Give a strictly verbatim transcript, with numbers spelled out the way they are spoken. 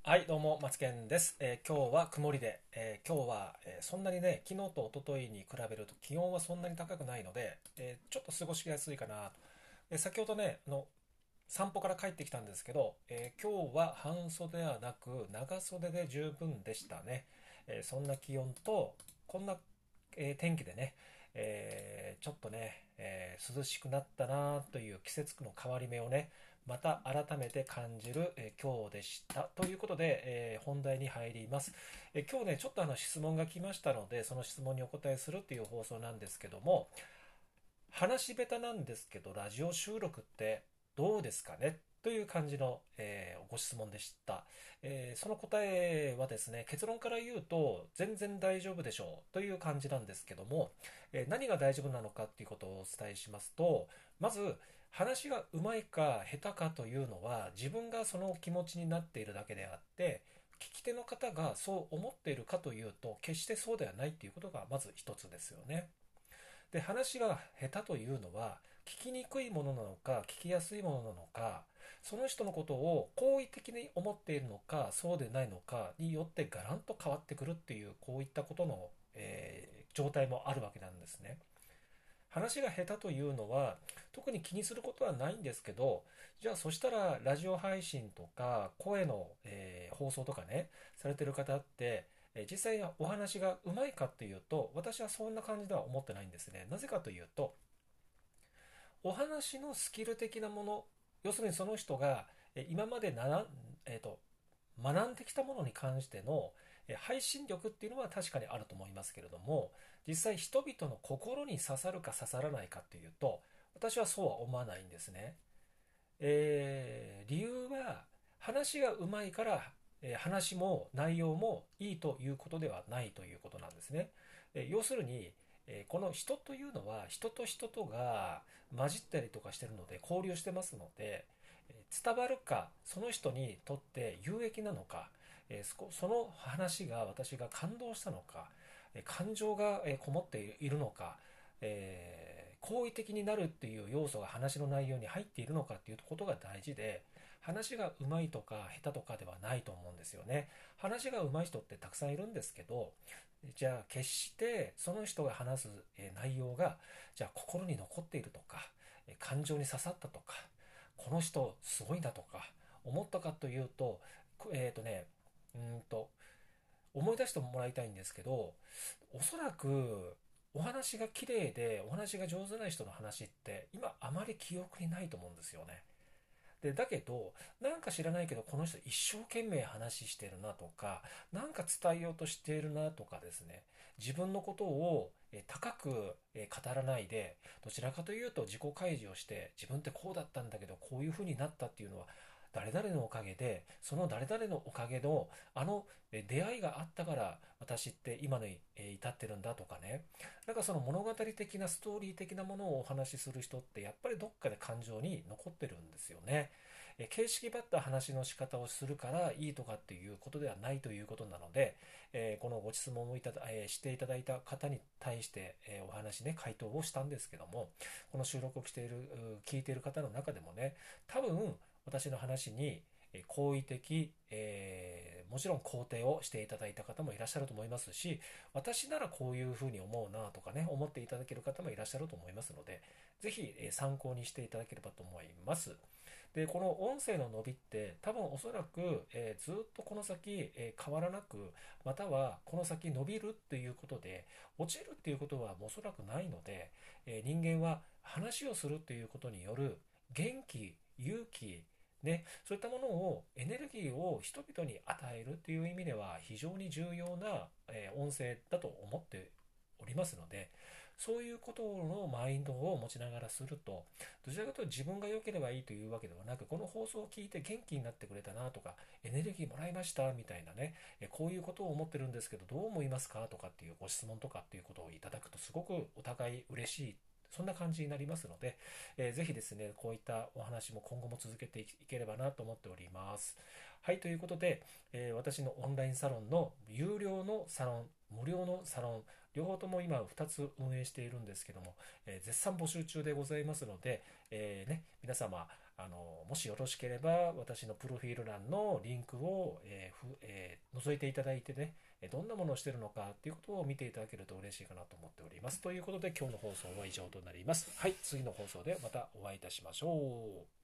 はい、どうも、マツケンです。えー今日は曇りで、えー今日は、えーそんなにね、昨日と一昨日に比べると気温はそんなに高くないので、えーちょっと過ごしやすいかなと。えー先ほどね、あの、散歩から帰ってきたんですけど、えー今日は半袖ではなく長袖で十分でしたね。えーそんな気温と、こんな、えー天気でね、えーちょっとね、えー涼しくなったなという季節の変わり目をね、また改めて感じる、えー今日でした。ということで、えー本題に入ります。えー今日ね、ちょっとあの質問が来ましたので、その質問にお答えするっていう放送なんですけども、話し下手なんですけど、ラジオ収録ってどうですかねという感じの、えーご質問でした、えーその答えはですね、結論から言うと、全然大丈夫でしょうという感じなんですけども、えー何が大丈夫なのかっていうことをお伝えしますと、まず、話が上手いか下手かというのは、自分がその気持ちになっているだけであって、聞き手の方がそう思っているかというと、決してそうではないということがまず一つですよね。で、話が下手というのは、聞きにくいものなのか、聞きやすいものなのか、その人のことを好意的に思っているのか、そうでないのかによってガランと変わってくるっていう、こういったことの、えー状態もあるわけなんですね。話が下手というのは、特に気にすることはないんですけど、じゃあそしたらラジオ配信とか声の、えー放送とかね、されてる方って、えー実際にお話がうまいかっていうと、私はそんな感じでは思ってないんですね。なぜかというと、お話のスキル的なもの、要するにその人がえ今までなら、えーと、学んできたものに関してのえ配信力っていうのは確かにあると思いますけれども、実際人々の心に刺さるか刺さらないかっていうと、私はそうは思わないんですね。えー理由は、話がうまいから、えー話も内容もいいということではないということなんですね。えー要するに、えーこの人というのは人と人とが混じったりとかしてるので交流してますので、えー伝わるか、その人にとって有益なのか、えーそこその話が私が感動したのか、えー感情がえーこもっているのか、えー好意的になるっていう要素が話の内容に入っているのかっていうことが大事で、話が上手いとか下手とかではないと思うんですよね。話が上手い人ってたくさんいるんですけど、じゃあ決してその人が話すえー内容が、じゃあ心に残っているとか、えー感情に刺さったとか、この人すごいなとか思ったかというと、えっ、とね、うーんと、思い出してもらいたいんですけど、おそらくお話が綺麗でお話が上手な人の話って今あまり記憶にないと思うんですよね。で、だけど、なんか知らないけど、この人一生懸命話してるなとか、なんか伝えようとしているなとかですね、自分のことをえ高くえ語らないで、どちらかというと自己開示をして、自分ってこうだったんだけど、こういう風になったっていうのは、誰々のおかげで、その誰々のおかげの、あのえ出会いがあったから、私って今にえ至ってるんだとかね、なんかその物語的なストーリー的なものをお話しする人ってやっぱりどっかで感情に残ってるんですよね。え形式ばった話の仕方をするからいいとかっていうことではないということなので、えーこのご質問をいただ、えーしていただいた方に対して、えーお話ね、回答をしたんですけども、この収録をしている、聞いている方の中でもね、多分私の話に好意的、えーもちろん肯定をしていただいた方もいらっしゃると思いますし、私ならこういうふうに思うなとかね、思っていただける方もいらっしゃると思いますので、ぜひ参考にしていただければと思います。で、この音声の伸びって多分おそらく、えーずっとこの先、えー変わらなく、またはこの先伸びるっていうことで、落ちるっていうことはおそらくないので、えー人間は話をするっていうことによる元気、勇気、ね、そういったものを、エネルギーを人々に与えるっていう意味では非常に重要な、えー音声だと思っておりますので、そういうことのマインドを持ちながらすると、どちらかというと自分が良ければいいというわけではなく、この放送を聞いて元気になってくれたなとか、エネルギーもらいましたみたいなね、えこういうことを思ってるんですけど、どう思いますかとかっていうご質問とかっていうことをいただくと、すごくお互い嬉しい。そんな感じになりますので、えーぜひですね、こういったお話も今後も続けていければなと思っております。はい、ということで、えー私のオンラインサロンの有料のサロン、無料のサロン、両方とも今ふたつ運営しているんですけども、えー絶賛募集中でございますので、えーね、皆様、 あのもしよろしければ私のプロフィール欄のリンクを、えーふえー覗いていただいてね、どんなものをしているのかっていうことを見ていただけると嬉しいかなと思っております。ということで今日の放送は以上となります。はい、次の放送でまたお会いいたしましょう。